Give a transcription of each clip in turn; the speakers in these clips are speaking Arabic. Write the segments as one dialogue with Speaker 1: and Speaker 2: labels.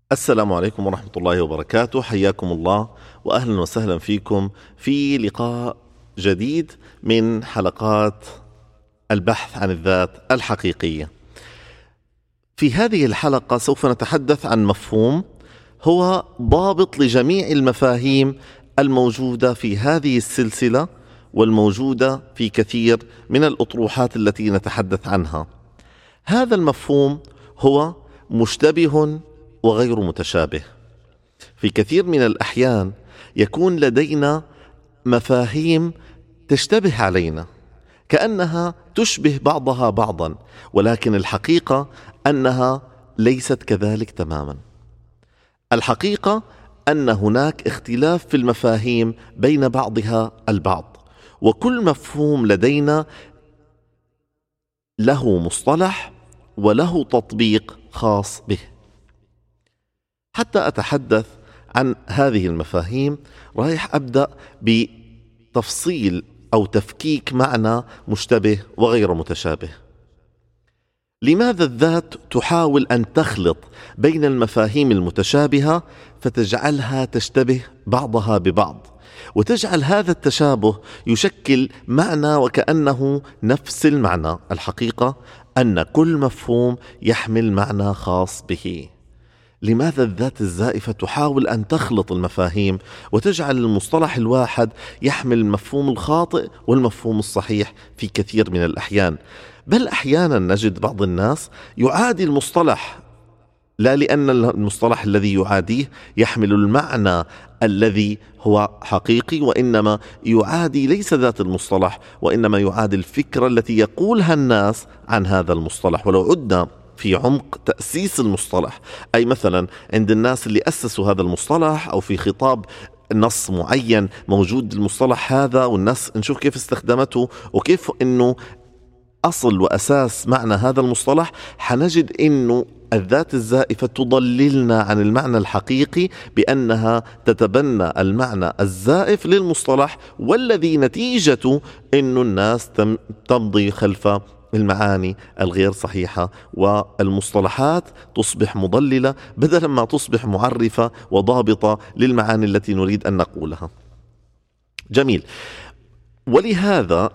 Speaker 1: السلام عليكم ورحمة الله وبركاته. حياكم الله وأهلا وسهلا فيكم في لقاء جديد من حلقات البحث عن الذات الحقيقية. في هذه الحلقة سوف نتحدث عن مفهوم هو ضابط لجميع المفاهيم الموجودة في هذه السلسلة والموجودة في كثير من الأطروحات التي نتحدث عنها. هذا المفهوم هو مشتبه وغير متشابه. في كثير من الأحيان يكون لدينا مفاهيم تشتبه علينا كأنها تشبه بعضها بعضا، ولكن الحقيقة أنها ليست كذلك تماما. الحقيقة أن هناك اختلاف في المفاهيم بين بعضها البعض، وكل مفهوم لدينا له مصطلح وله تطبيق خاص به. حتى أتحدث عن هذه المفاهيم رايح أبدأ بتفصيل أو تفكيك معنى مشتبه وغير متشابه. لماذا الذات تحاول أن تخلط بين المفاهيم المتشابهة فتجعلها تشتبه بعضها ببعض، وتجعل هذا التشابه يشكل معنى وكأنه نفس المعنى؟ الحقيقة أن كل مفهوم يحمل معنى خاص به. لماذا الذات الزائفة تحاول أن تخلط المفاهيم وتجعل المصطلح الواحد يحمل المفهوم الخاطئ والمفهوم الصحيح في كثير من الأحيان؟ بل أحيانا نجد بعض الناس يعادي المصطلح، لا لأن المصطلح الذي يعاديه يحمل المعنى الذي هو حقيقي، وإنما يعادي ليس ذات المصطلح، وإنما يعادي الفكرة التي يقولها الناس عن هذا المصطلح. ولو عدنا في عمق تأسيس المصطلح، أي مثلا عند الناس اللي أسسوا هذا المصطلح أو في خطاب نص معين موجود المصطلح هذا، والناس نشوف كيف استخدمته وكيف أنه أصل وأساس معنى هذا المصطلح، حنجد أنه الذات الزائفة تضللنا عن المعنى الحقيقي بأنها تتبنى المعنى الزائف للمصطلح، والذي نتيجة أنه الناس تمضي خلف المعاني الغير صحيحة، والمصطلحات تصبح مضللة بدلا ما تصبح معرفة وضابطة للمعاني التي نريد أن نقولها. جميل. ولهذا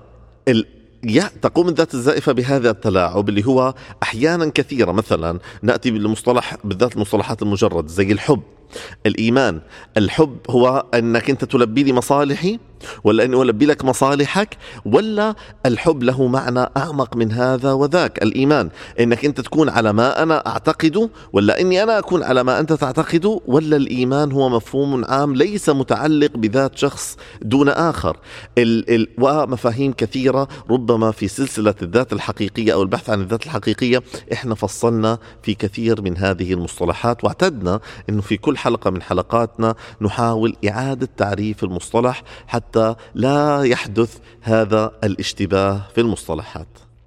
Speaker 1: تقوم الذات الزائفة بهذا التلاعب اللي هو أحيانا كثيرة. مثلا نأتي بالمصطلح، بالذات المصطلحات المجرد زي الحب، الإيمان. الحب هو أنك أنت تلبي لي مصالحي، ولا أني ألبي لك مصالحك، ولا الحب له معنى أعمق من هذا وذاك؟ الإيمان أنك أنت تكون على ما أنا أعتقده، ولا أني أنا أكون على ما أنت تعتقده، ولا الإيمان هو مفهوم عام ليس متعلق بذات شخص دون آخر. ومفاهيم كثيرة ربما في سلسلة الذات الحقيقية أو البحث عن الذات الحقيقية إحنا فصلنا في كثير من هذه المصطلحات، واعتدنا أنه في كل حلقة من حلقاتنا نحاول إعادة تعريف المصطلح حتى لا يحدث هذا الاشتباه في المصطلحات.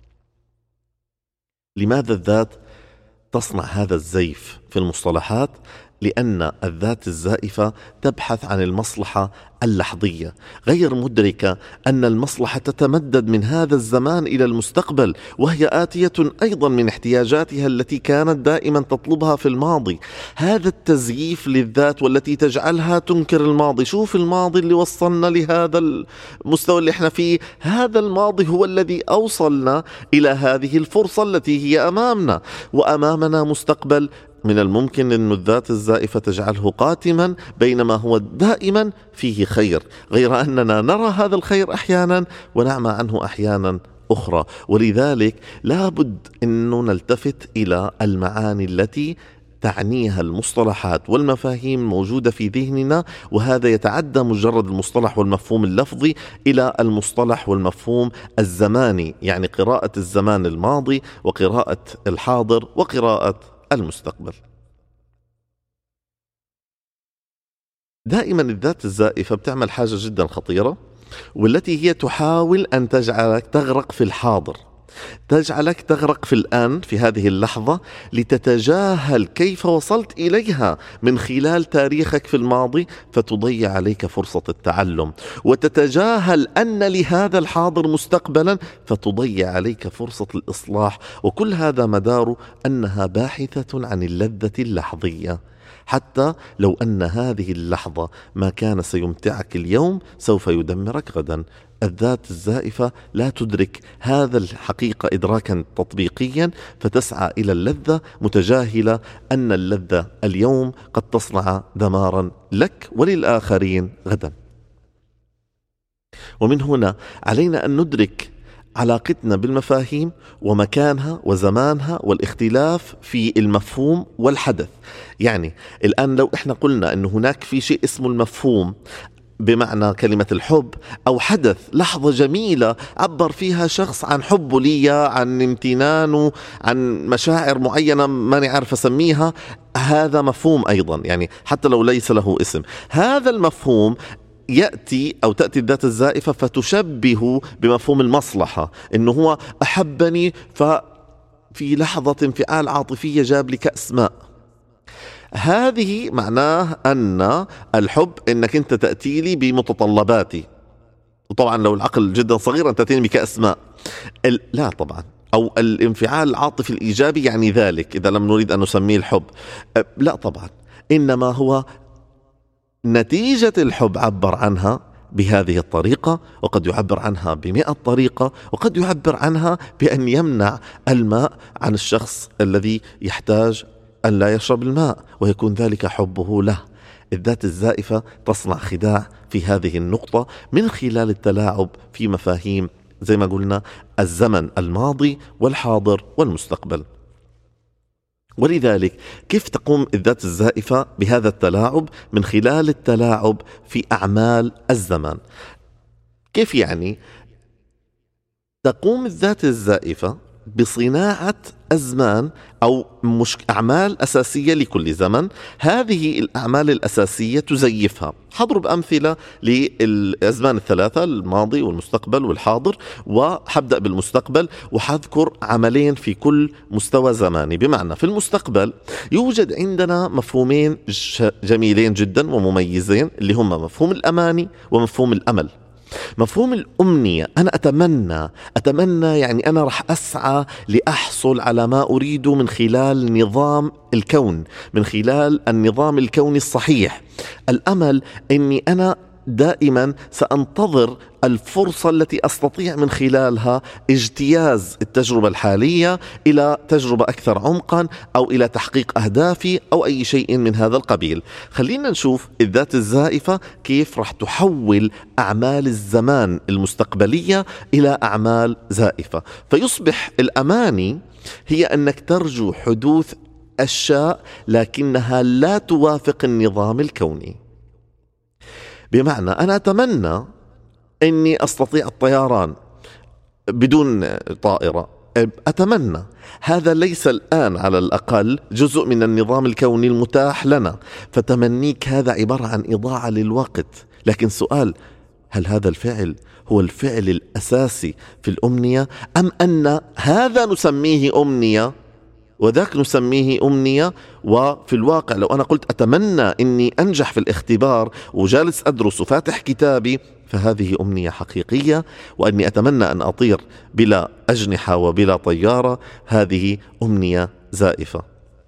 Speaker 1: لماذا الذات تصنع هذا الزيف في المصطلحات؟ لأن الذات الزائفة تبحث عن المصلحة اللحظية، غير مدركة أن المصلحة تتمدد من هذا الزمان إلى المستقبل، وهي آتية أيضا من احتياجاتها التي كانت دائما تطلبها في الماضي. هذا التزييف للذات والتي تجعلها تنكر الماضي. شوف الماضي اللي وصلنا لهذا المستوى اللي احنا فيه، هذا الماضي هو الذي أوصلنا إلى هذه الفرصة التي هي أمامنا، وأمامنا مستقبل من الممكن أن الذات الزائفة تجعله قاتما، بينما هو دائما فيه خير، غير أننا نرى هذا الخير أحيانا ونعمى عنه أحيانا أخرى. ولذلك لابد أنه نلتفت إلى المعاني التي تعنيها المصطلحات والمفاهيم موجودة في ذهننا، وهذا يتعدى مجرد المصطلح والمفهوم اللفظي إلى المصطلح والمفهوم الزماني، يعني قراءة الزمان الماضي وقراءة الحاضر وقراءة المستقبل. دائما الذات الزائفة بتعمل حاجة جدا خطيرة، والتي هي تحاول أن تجعلك تغرق في الحاضر، تجعلك تغرق في الآن، في هذه اللحظة، لتتجاهل كيف وصلت إليها من خلال تاريخك في الماضي، فتضيع عليك فرصة التعلم، وتتجاهل أن لهذا الحاضر مستقبلا، فتضيع عليك فرصة الإصلاح. وكل هذا مداره أنها باحثة عن اللذة اللحظية. حتى لو أن هذه اللحظة ما كان سيمتعك اليوم سوف يدمرك غدا. الذات الزائفة لا تدرك هذا الحقيقة إدراكا تطبيقيا، فتسعى إلى اللذة متجاهلة أن اللذة اليوم قد تصنع دمارا لك وللآخرين غدا. ومن هنا علينا أن ندرك علاقتنا بالمفاهيم ومكانها وزمانها والاختلاف في المفهوم والحدث. يعني الآن لو إحنا قلنا أن هناك في شيء اسمه المفهوم بمعنى كلمة الحب، أو حدث لحظة جميلة عبر فيها شخص عن حبه لي، عن امتنانه، عن مشاعر معينة ما نعرف أسميها، هذا مفهوم أيضا، يعني حتى لو ليس له اسم. هذا المفهوم يأتي أو تأتي الذات الزائفة فتشبه بمفهوم المصلحة، إنه هو أحبني ففي لحظة انفعال عاطفية جاب لي كأس ماء. هذه معناه أن الحب إنك أنت تأتي لي بمتطلباتي، وطبعا لو العقل جدا صغير أن تأتيني بكأس ماء. لا طبعا، أو الانفعال العاطفي الإيجابي يعني ذلك إذا لم نريد أن نسميه الحب. لا طبعا، إنما هو نتيجة الحب عبر عنها بهذه الطريقة، وقد يعبر عنها ب100 طريقة، وقد يعبر عنها بأن يمنع الماء عن الشخص الذي يحتاج أن لا يشرب الماء، ويكون ذلك حبه له. الذات الزائفة تصنع خداع في هذه النقطة من خلال التلاعب في مفاهيم زي ما قلنا الزمن الماضي والحاضر والمستقبل. ولذلك كيف تقوم الذات الزائفة بهذا التلاعب؟ من خلال التلاعب في أعمال الزمان. كيف يعني؟ تقوم الذات الزائفة بصناعة أزمان أو أعمال أساسية لكل زمن. هذه الأعمال الأساسية تزيفها. حضرب أمثلة للأزمان الثلاثة، الماضي والمستقبل والحاضر، وحبدأ بالمستقبل وحذكر عملين في كل مستوى زماني. بمعنى في المستقبل يوجد عندنا مفهومين جميلين جدا ومميزين، اللي هم مفهوم الأماني ومفهوم الأمل. مفهوم الأمنية، أنا أتمنى يعني أنا رح أسعى لأحصل على ما أريده من خلال نظام الكون، من خلال النظام الكوني الصحيح. الأمل أني أنا دائما سأنتظر الفرصة التي أستطيع من خلالها اجتياز التجربة الحالية إلى تجربة أكثر عمقا، أو إلى تحقيق أهدافي، أو أي شيء من هذا القبيل. خلينا نشوف الذات الزائفة كيف رح تحول أعمال الزمان المستقبلية إلى أعمال زائفة. فيصبح الأماني هي أنك ترجو حدوث أشياء لكنها لا توافق النظام الكوني. بمعنى أنا أتمنى أني أستطيع الطيران بدون طائرة، أتمنى هذا ليس الآن على الأقل جزء من النظام الكوني المتاح لنا، فتمنيك هذا عبارة عن إضاعة للوقت. لكن سؤال، هل هذا الفعل هو الفعل الأساسي في الأمنية، أم أن هذا نسميه أمنية وذاك نسميه أمنية؟ وفي الواقع لو أنا قلت أتمنى أني أنجح في الاختبار وجالس أدرس وفاتح كتابي، فهذه أمنية حقيقية. وأني أتمنى أن أطير بلا أجنحة وبلا طيارة، هذه أمنية زائفة.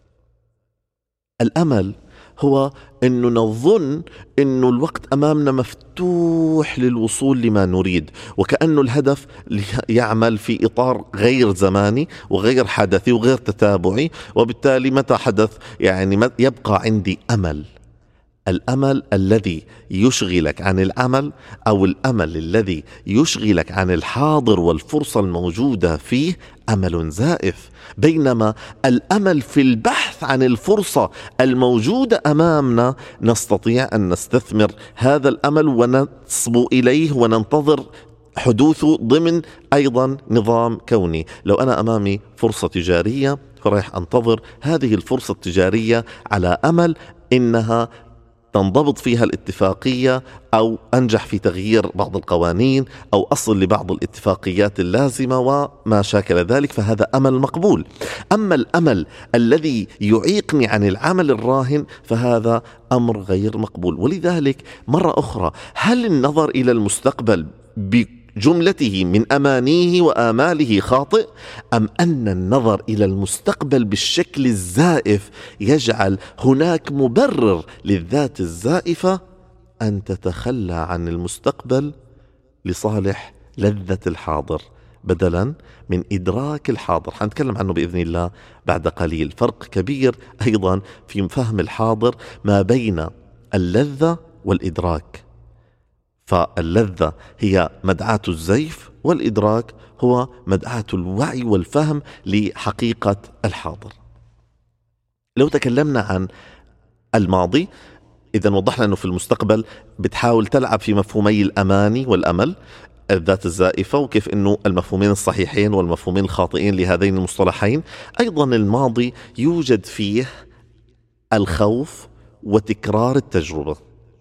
Speaker 1: الأمل هو أنه نظن أنه الوقت أمامنا مفتوح للوصول لما نريد، وكأنه الهدف يعمل في إطار غير زماني وغير حدثي وغير تتابعي، وبالتالي متى حدث يعني يبقى عندي أمل. الأمل الذي يشغلك عن العمل، أو الأمل الذي يشغلك عن الحاضر والفرصة الموجودة فيه، أمل زائف. بينما الأمل في البحث عن الفرصة الموجودة أمامنا، نستطيع أن نستثمر هذا الأمل ونصبو إليه وننتظر حدوثه ضمن أيضا نظام كوني. لو أنا أمامي فرصة تجارية فرح أنتظر هذه الفرصة التجارية على أمل إنها تنضبط فيها الاتفاقية، أو أنجح في تغيير بعض القوانين، أو أصل لبعض الاتفاقيات اللازمة وما شاكل ذلك، فهذا أمل مقبول. أما الأمل الذي يعيقني عن العمل الراهن فهذا أمر غير مقبول. ولذلك مرة أخرى، هل النظر إلى المستقبل بجملته من أمانيه وآماله خاطئ، أم أن النظر إلى المستقبل بالشكل الزائف يجعل هناك مبرر للذات الزائفة أن تتخلى عن المستقبل لصالح لذة الحاضر بدلا من إدراك الحاضر؟ حنتكلم عنه بإذن الله بعد قليل. فرق كبير أيضا في فهم الحاضر ما بين اللذة والإدراك. فاللذة هي مدعاة الزيف، والإدراك هو مدعاة الوعي والفهم لحقيقة الحاضر. لو تكلمنا عن الماضي، إذا وضحنا أنه في المستقبل بتحاول تلعب في مفهومي الأماني والأمل الذات الزائفة، وكيف أنه المفهومين الصحيحين والمفهومين الخاطئين لهذين المصطلحين. أيضا الماضي يوجد فيه الخوف وتكرار التجربة.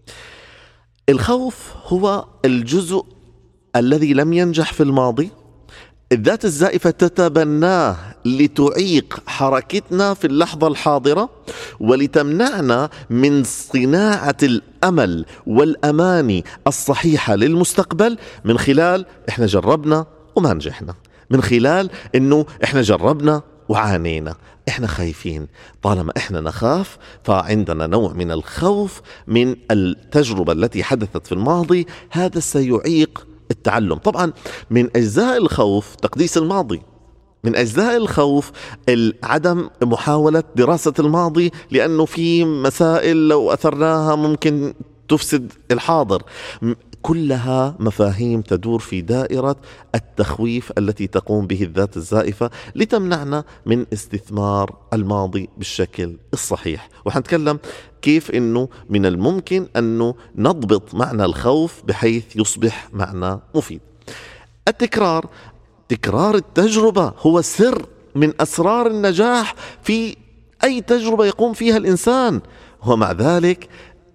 Speaker 1: الخوف هو الجزء الذي لم ينجح في الماضي، الذات الزائفة تتبناه لتعيق حركتنا في اللحظة الحاضرة ولتمنعنا من صناعة الأمل والأماني الصحيحة للمستقبل، من خلال إحنا جربنا وما نجحنا، من خلال إنه إحنا جربنا وعانينا، إحنا خايفين. طالما إحنا نخاف فعندنا نوع من الخوف من التجربة التي حدثت في الماضي، هذا سيعيق التعلم. طبعا من أجزاء الخوف تقديس الماضي، من أجزاء الخوف عدم محاولة دراسة الماضي، لأنه في مسائل لو أثرناها ممكن تفسد الحاضر. كلها مفاهيم تدور في دائرة التخويف التي تقوم به الذات الزائفة لتمنعنا من استثمار الماضي بالشكل الصحيح. وحنتكلم كيف أنه من الممكن أنه نضبط معنى الخوف بحيث يصبح معنى مفيد. التكرار، تكرار التجربة هو سر من أسرار النجاح في أي تجربة يقوم فيها الإنسان. ومع ذلك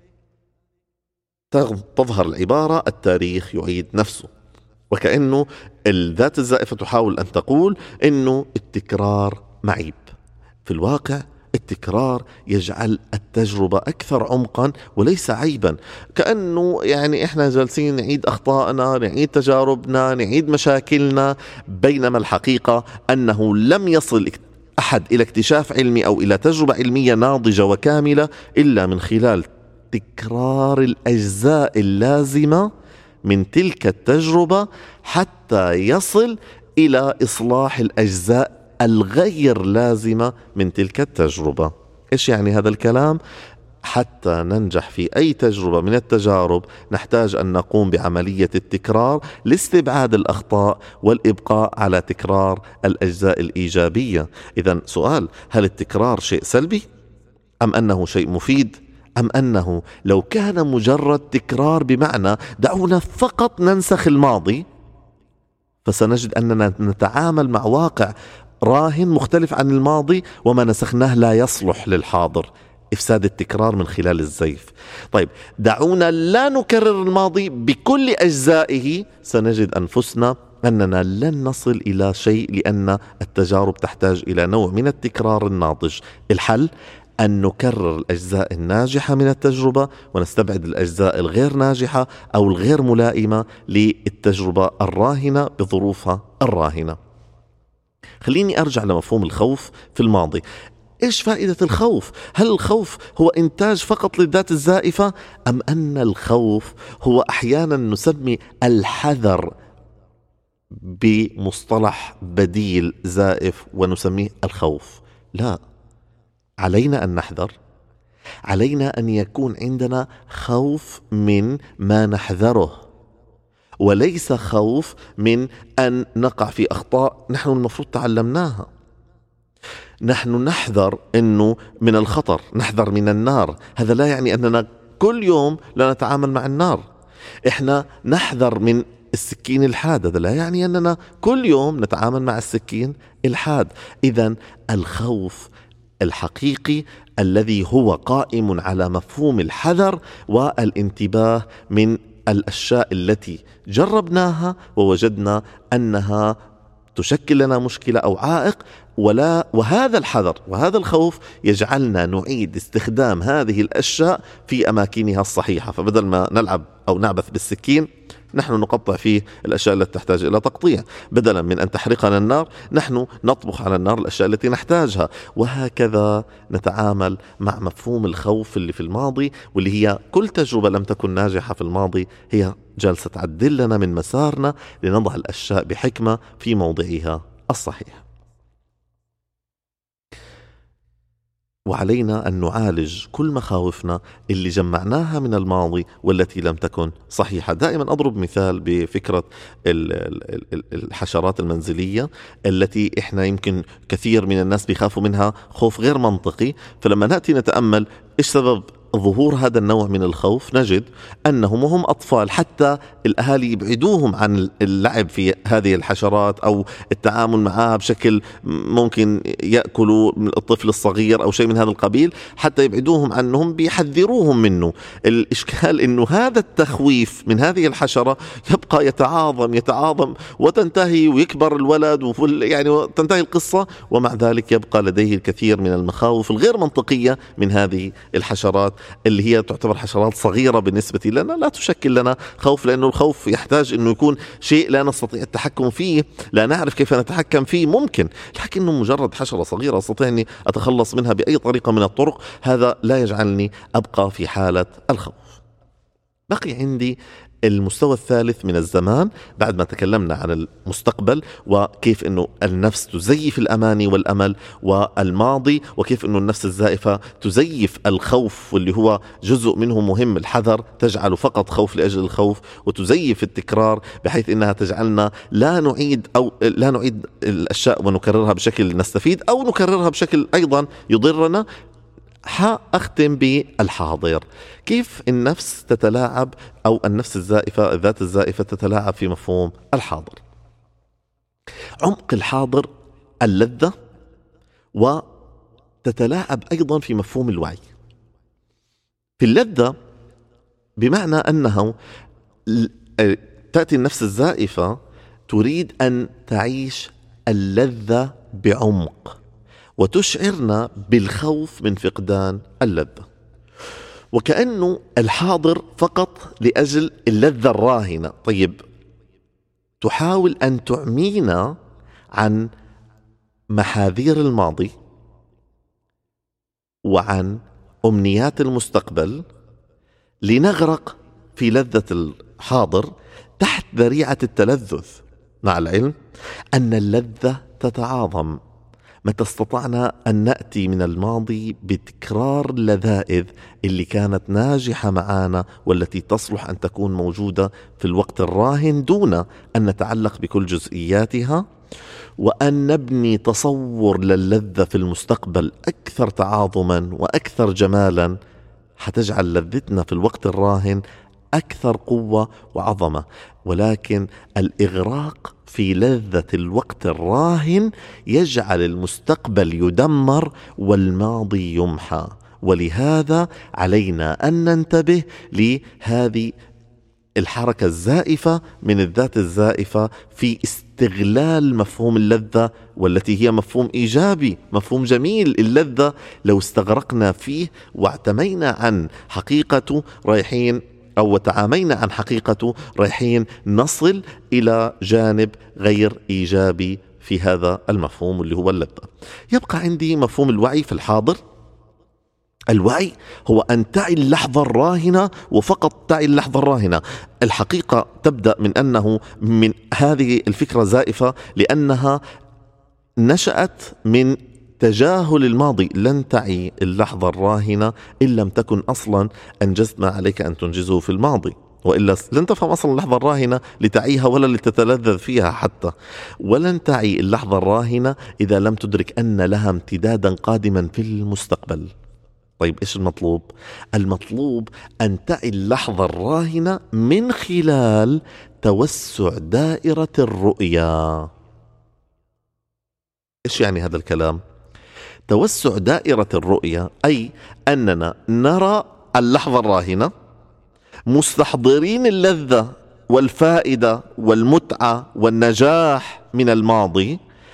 Speaker 1: تظهر العبارة التاريخ يعيد نفسه، وكأنه الذات الزائفة تحاول أن تقول أنه التكرار معيب. في الواقع التكرار يجعل التجربة أكثر عمقا وليس عيبا. كأنه يعني إحنا جالسين نعيد أخطائنا، نعيد تجاربنا، نعيد مشاكلنا، بينما الحقيقة أنه لم يصل أحد إلى اكتشاف علمي أو إلى تجربة علمية ناضجة وكاملة إلا من خلال تكرار الأجزاء اللازمة من تلك التجربة حتى يصل إلى إصلاح الأجزاء الغير لازمة من تلك التجربة. إيش يعني هذا الكلام؟ حتى ننجح في أي تجربة من التجارب نحتاج أن نقوم بعملية التكرار لاستبعاد الأخطاء والإبقاء على تكرار الأجزاء الإيجابية. إذن سؤال: هل التكرار شيء سلبي؟ أم أنه شيء مفيد؟ أم أنه لو كان مجرد تكرار بمعنى دعونا فقط ننسخ الماضي، فسنجد أننا نتعامل مع واقع راهن مختلف عن الماضي، وما نسخناه لا يصلح للحاضر. إفساد التكرار من خلال الزيف. طيب دعونا لا نكرر الماضي بكل أجزائه، سنجد أنفسنا أننا لن نصل إلى شيء، لأن التجارب تحتاج إلى نوع من التكرار الناضج. الحل أن نكرر الأجزاء الناجحة من التجربة ونستبعد الأجزاء الغير ناجحة أو الغير ملائمة للتجربة الراهنة بظروفها الراهنة. خليني أرجع لمفهوم الخوف في الماضي. إيش فائدة الخوف؟ هل الخوف هو إنتاج فقط للذات الزائفة؟ أم أن الخوف هو أحيانا نسمي الحذر بمصطلح بديل زائف ونسميه الخوف؟ لا، علينا أن نحذر، علينا أن يكون عندنا خوف من ما نحذره، وليس خوف من أن نقع في أخطاء نحن المفروض تعلمناها. نحن نحذر إنه من الخطر، نحذر من النار، هذا لا يعني أننا كل يوم لا نتعامل مع النار. إحنا نحذر من السكين الحاد، هذا لا يعني أننا كل يوم نتعامل مع السكين الحاد. إذن الخوف الحقيقي الذي هو قائم على مفهوم الحذر والانتباه من الأشياء التي جربناها ووجدنا أنها تشكل لنا مشكلة أو عائق، وهذا الحذر وهذا الخوف يجعلنا نعيد استخدام هذه الأشياء في أماكنها الصحيحة. فبدل ما نلعب أو نعبث بالسكين، نحن نقطع فيه الأشياء التي تحتاج إلى تقطيع. بدلا من أن تحرقنا النار، نحن نطبخ على النار الأشياء التي نحتاجها. وهكذا نتعامل مع مفهوم الخوف اللي في الماضي، واللي هي كل تجربة لم تكن ناجحة في الماضي هي جالسة تعدل لنا من مسارنا لنضع الأشياء بحكمة في موضعها الصحيح. وعلينا أن نعالج كل مخاوفنا اللي جمعناها من الماضي والتي لم تكن صحيحة. دائما أضرب مثال بفكرة الحشرات المنزلية التي إحنا يمكن كثير من الناس بيخافوا منها خوف غير منطقي. فلما نأتي نتأمل إيش سبب ظهور هذا النوع من الخوف، نجد أنهم وهم أطفال حتى الأهالي يبعدوهم عن اللعب في هذه الحشرات أو التعامل معها بشكل ممكن يأكلوا الطفل الصغير أو شيء من هذا القبيل، حتى يبعدوهم عنهم بيحذروهم منه. الإشكال أنه هذا التخويف من هذه الحشرة يبقى يتعاظم وتنتهي ويكبر الولد يعني تنتهي القصة، ومع ذلك يبقى لديه الكثير من المخاوف الغير منطقية من هذه الحشرات اللي هي تعتبر حشرات صغيرة بالنسبة لنا، لا تشكل لنا خوف، لأنه الخوف يحتاج أنه يكون شيء لا نستطيع التحكم فيه، لا نعرف كيف نتحكم فيه ممكن، لكنه مجرد حشرة صغيرة أستطيع أني أتخلص منها بأي طريقة من الطرق. هذا لا يجعلني أبقى في حالة الخوف. بقي عندي المستوى الثالث من الزمان بعد ما تكلمنا عن المستقبل وكيف أنه النفس تزيف الأماني والأمل والماضي، وكيف أنه النفس الزائفة تزيف الخوف واللي هو جزء منه مهم، الحذر، تجعل فقط خوف لأجل الخوف، وتزيف التكرار بحيث أنها تجعلنا لا نعيد الأشياء ونكررها بشكل نستفيد أو نكررها بشكل أيضا يضرنا. أختم بالحاضر. كيف النفس تتلاعب أو النفس الزائفة الذات الزائفة تتلاعب في مفهوم الحاضر؟ عمق الحاضر اللذة، وتتلاعب أيضا في مفهوم الوعي. في اللذة بمعنى أنه تأتي النفس الزائفة تريد أن تعيش اللذة بعمق وتشعرنا بالخوف من فقدان اللذة، وكأنه الحاضر فقط لأجل اللذة الراهنة. طيب، تحاول أن تعمينا عن محاذير الماضي وعن أمنيات المستقبل لنغرق في لذة الحاضر تحت ذريعة التلذذ، مع العلم أن اللذة تتعاظم متى استطعنا أن نأتي من الماضي بتكرار لذائذ اللي كانت ناجحة معانا والتي تصلح أن تكون موجودة في الوقت الراهن دون أن نتعلق بكل جزئياتها، وأن نبني تصور للذة في المستقبل أكثر تعاظما وأكثر جمالا، حتجعل لذتنا في الوقت الراهن أكثر قوة وعظمة. ولكن الإغراق في لذة الوقت الراهن يجعل المستقبل يدمر والماضي يمحى. ولهذا علينا أن ننتبه لهذه الحركة الزائفة من الذات الزائفة في استغلال مفهوم اللذة، والتي هي مفهوم إيجابي، مفهوم جميل. اللذة لو استغرقنا فيه واعتمينا عن حقيقته رايحين أو تعامينا عن حقيقته رايحين نصل إلى جانب غير إيجابي في هذا المفهوم اللي هو اللذة. يبقى عندي مفهوم الوعي في الحاضر. الوعي هو أن تعي اللحظة الراهنة وفقط تعي اللحظة الراهنة. الحقيقة تبدأ من أنه من هذه الفكرة زائفة لأنها نشأت من تجاهل الماضي. لن تعي اللحظة الراهنة إن لم تكن أصلا أنجزت ما عليك أن تنجزه في الماضي، وإلا لن تفهم أصلا اللحظة الراهنة لتعيها ولا لتتلذذ فيها حتى. ولن تعي اللحظة الراهنة إذا لم تدرك أن لها امتدادا قادما في المستقبل. طيب، إيش المطلوب؟ المطلوب أن تعي اللحظة الراهنة من خلال توسع دائرة الرؤية. إيش يعني هذا الكلام؟ توسع دائرة الرؤية أي أننا نرى اللحظة الراهنة مستحضرين اللذة والفائدة والمتعة والنجاح من الماضي،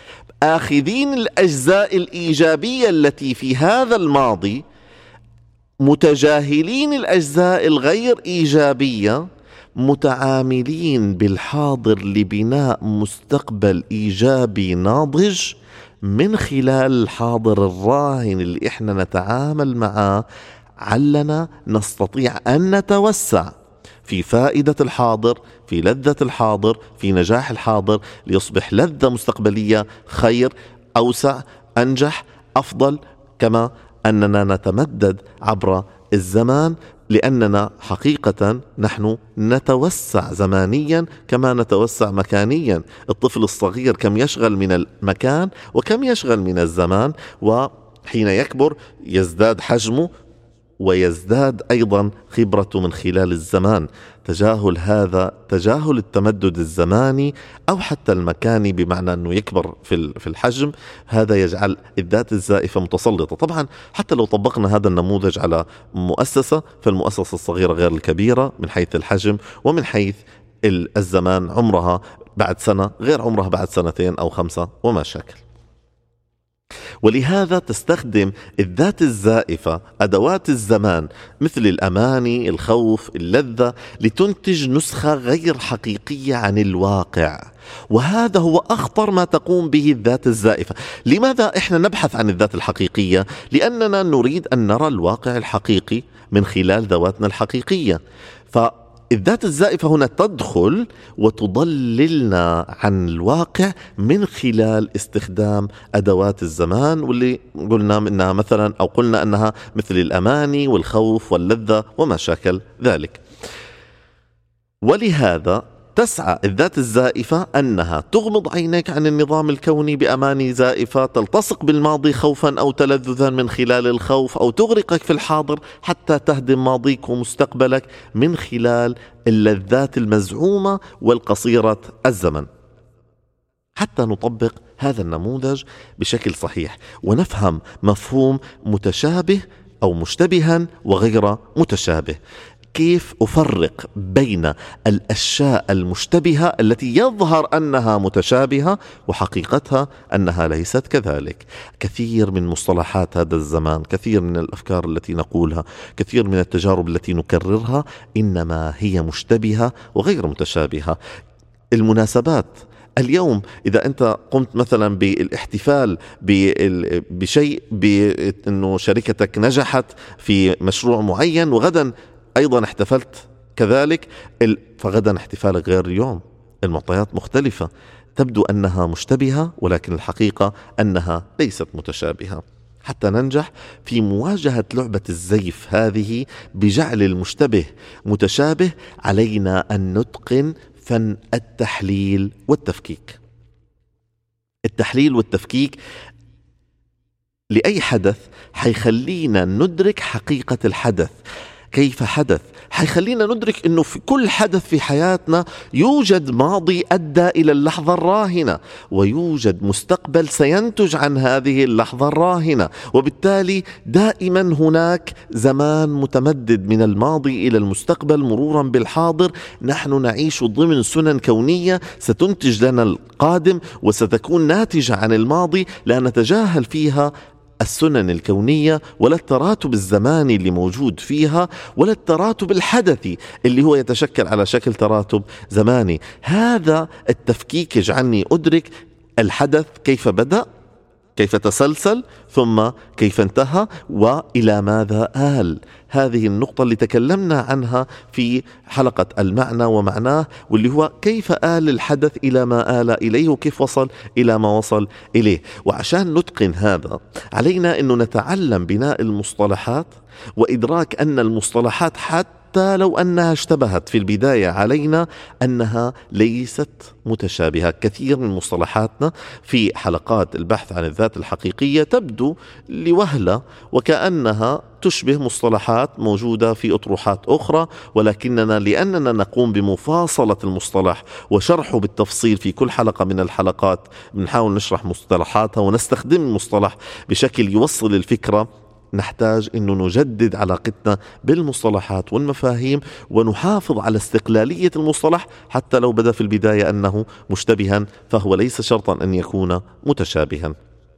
Speaker 1: آخذين الأجزاء الإيجابية التي في هذا الماضي، متجاهلين الأجزاء الغير إيجابية، متعاملين بالحاضر لبناء مستقبل إيجابي ناضج من خلال الحاضر الراهن اللي إحنا نتعامل معه، علنا نستطيع أن نتوسع في فائدة الحاضر، في لذة الحاضر، في نجاح الحاضر، ليصبح لذة مستقبلية خير، أوسع، أنجح، أفضل، كما أننا نتمدد عبر الزمان، لأننا حقيقة نحن نتوسع زمانيا كما نتوسع مكانيا. الطفل الصغير كم يشغل من المكان وكم يشغل من الزمان، وحين يكبر يزداد حجمه ويزداد أيضا خبرته من خلال الزمان. تجاهل هذا، تجاهل التمدد الزماني أو حتى المكاني، بمعنى أنه يكبر في الحجم، هذا يجعل الذات الزائفة متسلطة. طبعا حتى لو طبقنا هذا النموذج على مؤسسة، فالمؤسسة الصغيرة غير الكبيرة من حيث الحجم ومن حيث الزمان، عمرها بعد سنة غير عمرها بعد سنتين أو 5 وما شاكل. ولهذا تستخدم الذات الزائفة أدوات الزمان مثل الأماني، الخوف، اللذة، لتنتج نسخة غير حقيقية عن الواقع. وهذا هو أخطر ما تقوم به الذات الزائفة. لماذا إحنا نبحث عن الذات الحقيقية؟ لأننا نريد أن نرى الواقع الحقيقي من خلال ذواتنا الحقيقية. الذات الزائفة هنا تدخل وتضللنا عن الواقع من خلال استخدام أدوات الزمان، واللي قلنا إنها مثلا، أو قلنا أنها مثل الأماني والخوف واللذة وما شاكل ذلك. ولهذا تسعى الذات الزائفة أنها تغمض عينيك عن النظام الكوني بأماني زائفة، تلتصق بالماضي خوفا أو تلذذا من خلال الخوف، أو تغرقك في الحاضر حتى تهدم ماضيك ومستقبلك من خلال اللذات المزعومة والقصيرة الزمن. حتى نطبق هذا النموذج بشكل صحيح ونفهم مفهوم متشابه أو مشتبها وغير متشابه. كيف أفرق بين الأشياء المشتبهة التي يظهر أنها متشابهة وحقيقتها أنها ليست كذلك؟ كثير من مصطلحات هذا الزمان، كثير من الأفكار التي نقولها، كثير من التجارب التي نكررها، إنما هي مشتبهة وغير متشابهة. المناسبات اليوم، إذا أنت قمت مثلا بالاحتفال بشيء، بأنه شركتك نجحت في مشروع معين، وغدا أيضا احتفلت كذلك، فغدا احتفالك غير اليوم، المعطيات مختلفة، تبدو أنها مشتبهة ولكن الحقيقة أنها ليست متشابهة. حتى ننجح في مواجهة لعبة الزيف هذه بجعل المشتبه متشابه، علينا أن نتقن فن التحليل والتفكيك. التحليل والتفكيك لأي حدث حيخلينا ندرك حقيقة الحدث، كيف حدث، حيخلينا ندرك أنه في كل حدث في حياتنا يوجد ماضي أدى إلى اللحظة الراهنة، ويوجد مستقبل سينتج عن هذه اللحظة الراهنة، وبالتالي دائما هناك زمان متمدد من الماضي إلى المستقبل مرورا بالحاضر. نحن نعيش ضمن سنن كونية ستنتج لنا القادم، وستكون ناتجة عن الماضي، لا نتجاهل فيها السنن الكونية ولا التراتب الزماني اللي موجود فيها، ولا التراتب الحدثي اللي هو يتشكل على شكل تراتب زماني. هذا التفكيك يجعلني أدرك الحدث كيف بدأ، كيف تسلسل، ثم كيف انتهى، وإلى ماذا آل. هذه النقطة اللي تكلمنا عنها في حلقة المعنى ومعناه، واللي هو كيف آل الحدث إلى ما آل إليه، وكيف وصل إلى ما وصل إليه. وعشان نتقن هذا علينا أنه نتعلم بناء المصطلحات، وإدراك أن المصطلحات حتى لو أنها اشتبهت في البداية علينا أنها ليست متشابهة. كثير من مصطلحاتنا في حلقات البحث عن الذات الحقيقية تبدو لوهلة وكأنها تشبه مصطلحات موجودة في أطروحات أخرى، ولكننا لأننا نقوم بمفاصلة المصطلح وشرحه بالتفصيل في كل حلقة من الحلقات، بنحاول نشرح مصطلحاتها ونستخدم المصطلح بشكل يوصل الفكرة، نحتاج أن نجدد علاقتنا بالمصطلحات والمفاهيم ونحافظ على استقلالية المصطلح، حتى لو بدا في البداية أنه مشتبها فهو ليس شرطا أن يكون متشابها.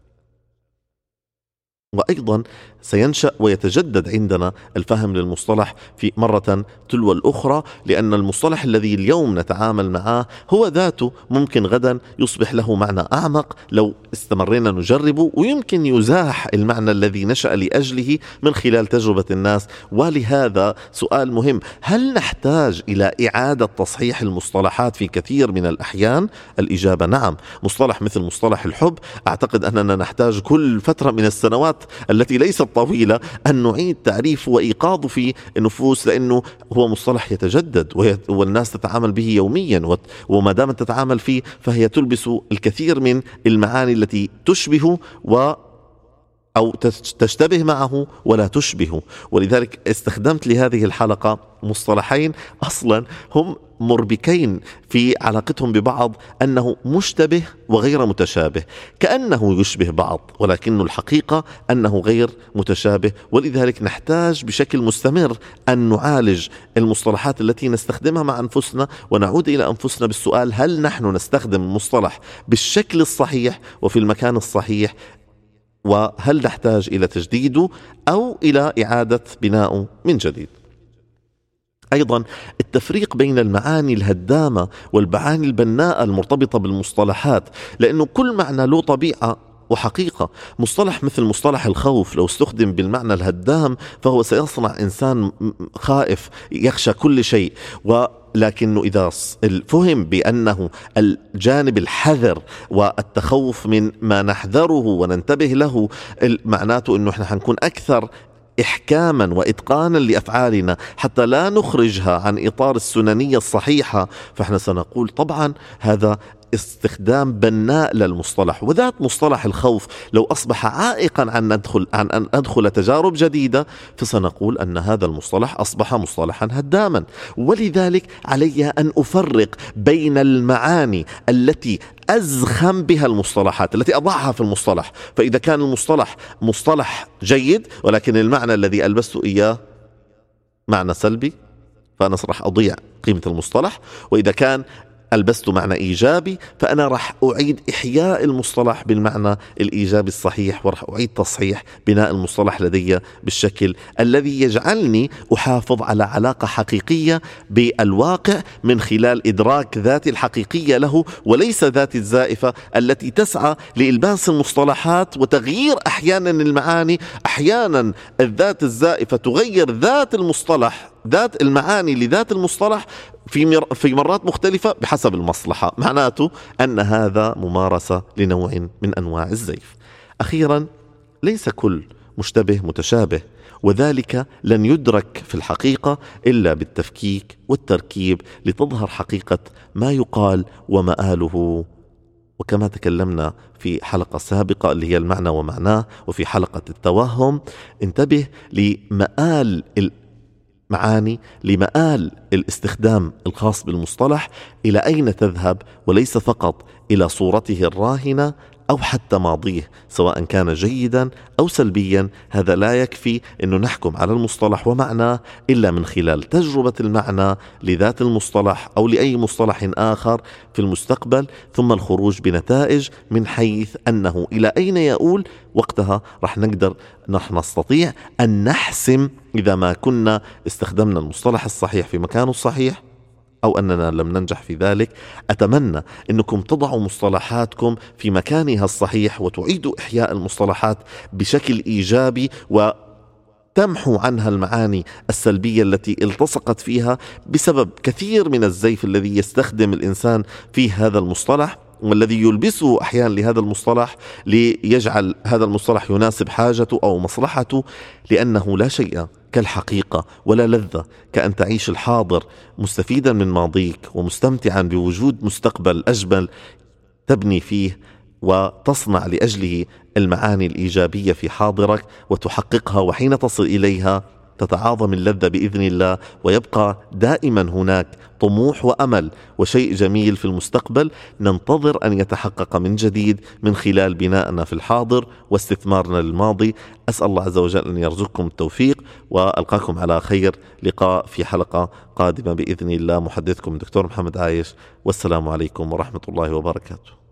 Speaker 1: وأيضا سينشأ ويتجدد عندنا الفهم للمصطلح في مرة تلو الأخرى، لأن المصطلح الذي اليوم نتعامل معه هو ذاته ممكن غدا يصبح له معنى أعمق لو استمرنا نجربه، ويمكن يزاح المعنى الذي نشأ لأجله من خلال تجربة الناس. ولهذا سؤال مهم: هل نحتاج إلى إعادة تصحيح المصطلحات في كثير من الأحيان؟ الإجابة نعم. مصطلح مثل مصطلح الحب أعتقد أننا نحتاج كل فترة من السنوات التي ليست طويلة أن نعيد تعريفه وإيقاظه في النفوس، لأنه هو مصطلح يتجدد والناس تتعامل به يوميا، وما دام تتعامل فيه فهي تلبس الكثير من المعاني التي تشبه أو تشتبه معه ولا تشبه. ولذلك استخدمت لهذه الحلقة مصطلحين أصلا هم مربكين في علاقتهم ببعض، أنه مشتبه وغير متشابه، كأنه يشبه بعض ولكن الحقيقة أنه غير متشابه. ولذلك نحتاج بشكل مستمر أن نعالج المصطلحات التي نستخدمها مع أنفسنا، ونعود إلى أنفسنا بالسؤال: هل نحن نستخدم المصطلح بالشكل الصحيح وفي المكان الصحيح؟ وهل نحتاج إلى تجديده أو إلى إعادة بنائه من جديد؟ أيضا التفريق بين المعاني الهدامة والمعاني البناءة المرتبطة بالمصطلحات، لأنه كل معنى له طبيعة وحقيقة. مصطلح مثل مصطلح الخوف لو استخدم بالمعنى الهدام فهو سيصنع إنسان خائف يخشى كل شيء، ولكنه إذا فهم بأنه الجانب الحذر والتخوف من ما نحذره وننتبه له، معناته أنه إحنا حنكون أكثر إحكاما وإتقانا لأفعالنا حتى لا نخرجها عن إطار السننية الصحيحة، فإحنا سنقول طبعا هذا استخدام بناء للمصطلح. وذات مصطلح الخوف لو أصبح عائقا عن أن أدخل تجارب جديدة، فسنقول أن هذا المصطلح أصبح مصطلحا هداما. ولذلك علي أن أفرق بين المعاني التي أزخم بها المصطلحات، التي أضعها في المصطلح. فإذا كان المصطلح مصطلح جيد ولكن المعنى الذي ألبسته إياه معنى سلبي، فأنا راح أضيع قيمة المصطلح. وإذا كان ألبست معنى إيجابي فأنا راح أعيد إحياء المصطلح بالمعنى الإيجابي الصحيح، وراح أعيد تصحيح بناء المصطلح لدي بالشكل الذي يجعلني أحافظ على علاقة حقيقية بالواقع من خلال إدراك ذاتي الحقيقية له، وليس ذاتي الزائفة التي تسعى لإلباس المصطلحات وتغيير أحيانا المعاني. أحيانا الذات الزائفة تغير ذات المصطلح، ذات المعاني لذات المصطلح في مرات مختلفة بحسب المصلحة، معناته أن هذا ممارسة لنوع من أنواع الزيف. أخيرا، ليس كل مشتبه متشابه، وذلك لن يدرك في الحقيقة إلا بالتفكيك والتركيب لتظهر حقيقة ما يقال ومآله. وكما تكلمنا في حلقة سابقة اللي هي المعنى ومعناه، وفي حلقة التوهم، انتبه لمآل معاني، لمآل الاستخدام الخاص بالمصطلح، إلى أين تذهب، وليس فقط إلى صورته الراهنة أو حتى ماضيه سواء كان جيدا أو سلبيا. هذا لا يكفي أنه نحكم على المصطلح ومعناه إلا من خلال تجربة المعنى لذات المصطلح أو لأي مصطلح آخر في المستقبل، ثم الخروج بنتائج من حيث أنه إلى أين يؤول. وقتها رح نستطيع أن نحسم إذا ما كنا استخدمنا المصطلح الصحيح في مكانه الصحيح أو أننا لم ننجح في ذلك. أتمنى أنكم تضعوا مصطلحاتكم في مكانها الصحيح وتعيدوا إحياء المصطلحات بشكل إيجابي، وتمحوا عنها المعاني السلبية التي التصقت فيها بسبب كثير من الزيف الذي يستخدم الإنسان في هذا المصطلح، والذي يلبسه أحيانا لهذا المصطلح ليجعل هذا المصطلح يناسب حاجته أو مصلحته. لأنه لا شيء كالحقيقة ولا لذة كأن تعيش الحاضر مستفيدا من ماضيك ومستمتعا بوجود مستقبل أجمل تبني فيه وتصنع لأجله المعاني الإيجابية في حاضرك وتحققها، وحين تصل إليها تتعاظم اللذة بإذن الله، ويبقى دائما هناك طموح وأمل وشيء جميل في المستقبل ننتظر أن يتحقق من جديد من خلال بنائنا في الحاضر واستثمارنا للماضي. أسأل الله عز وجل أن يرزقكم التوفيق، وألقاكم على خير. لقاء في حلقة قادمة بإذن الله. محدثكم دكتور محمد عايش، والسلام عليكم ورحمة الله وبركاته.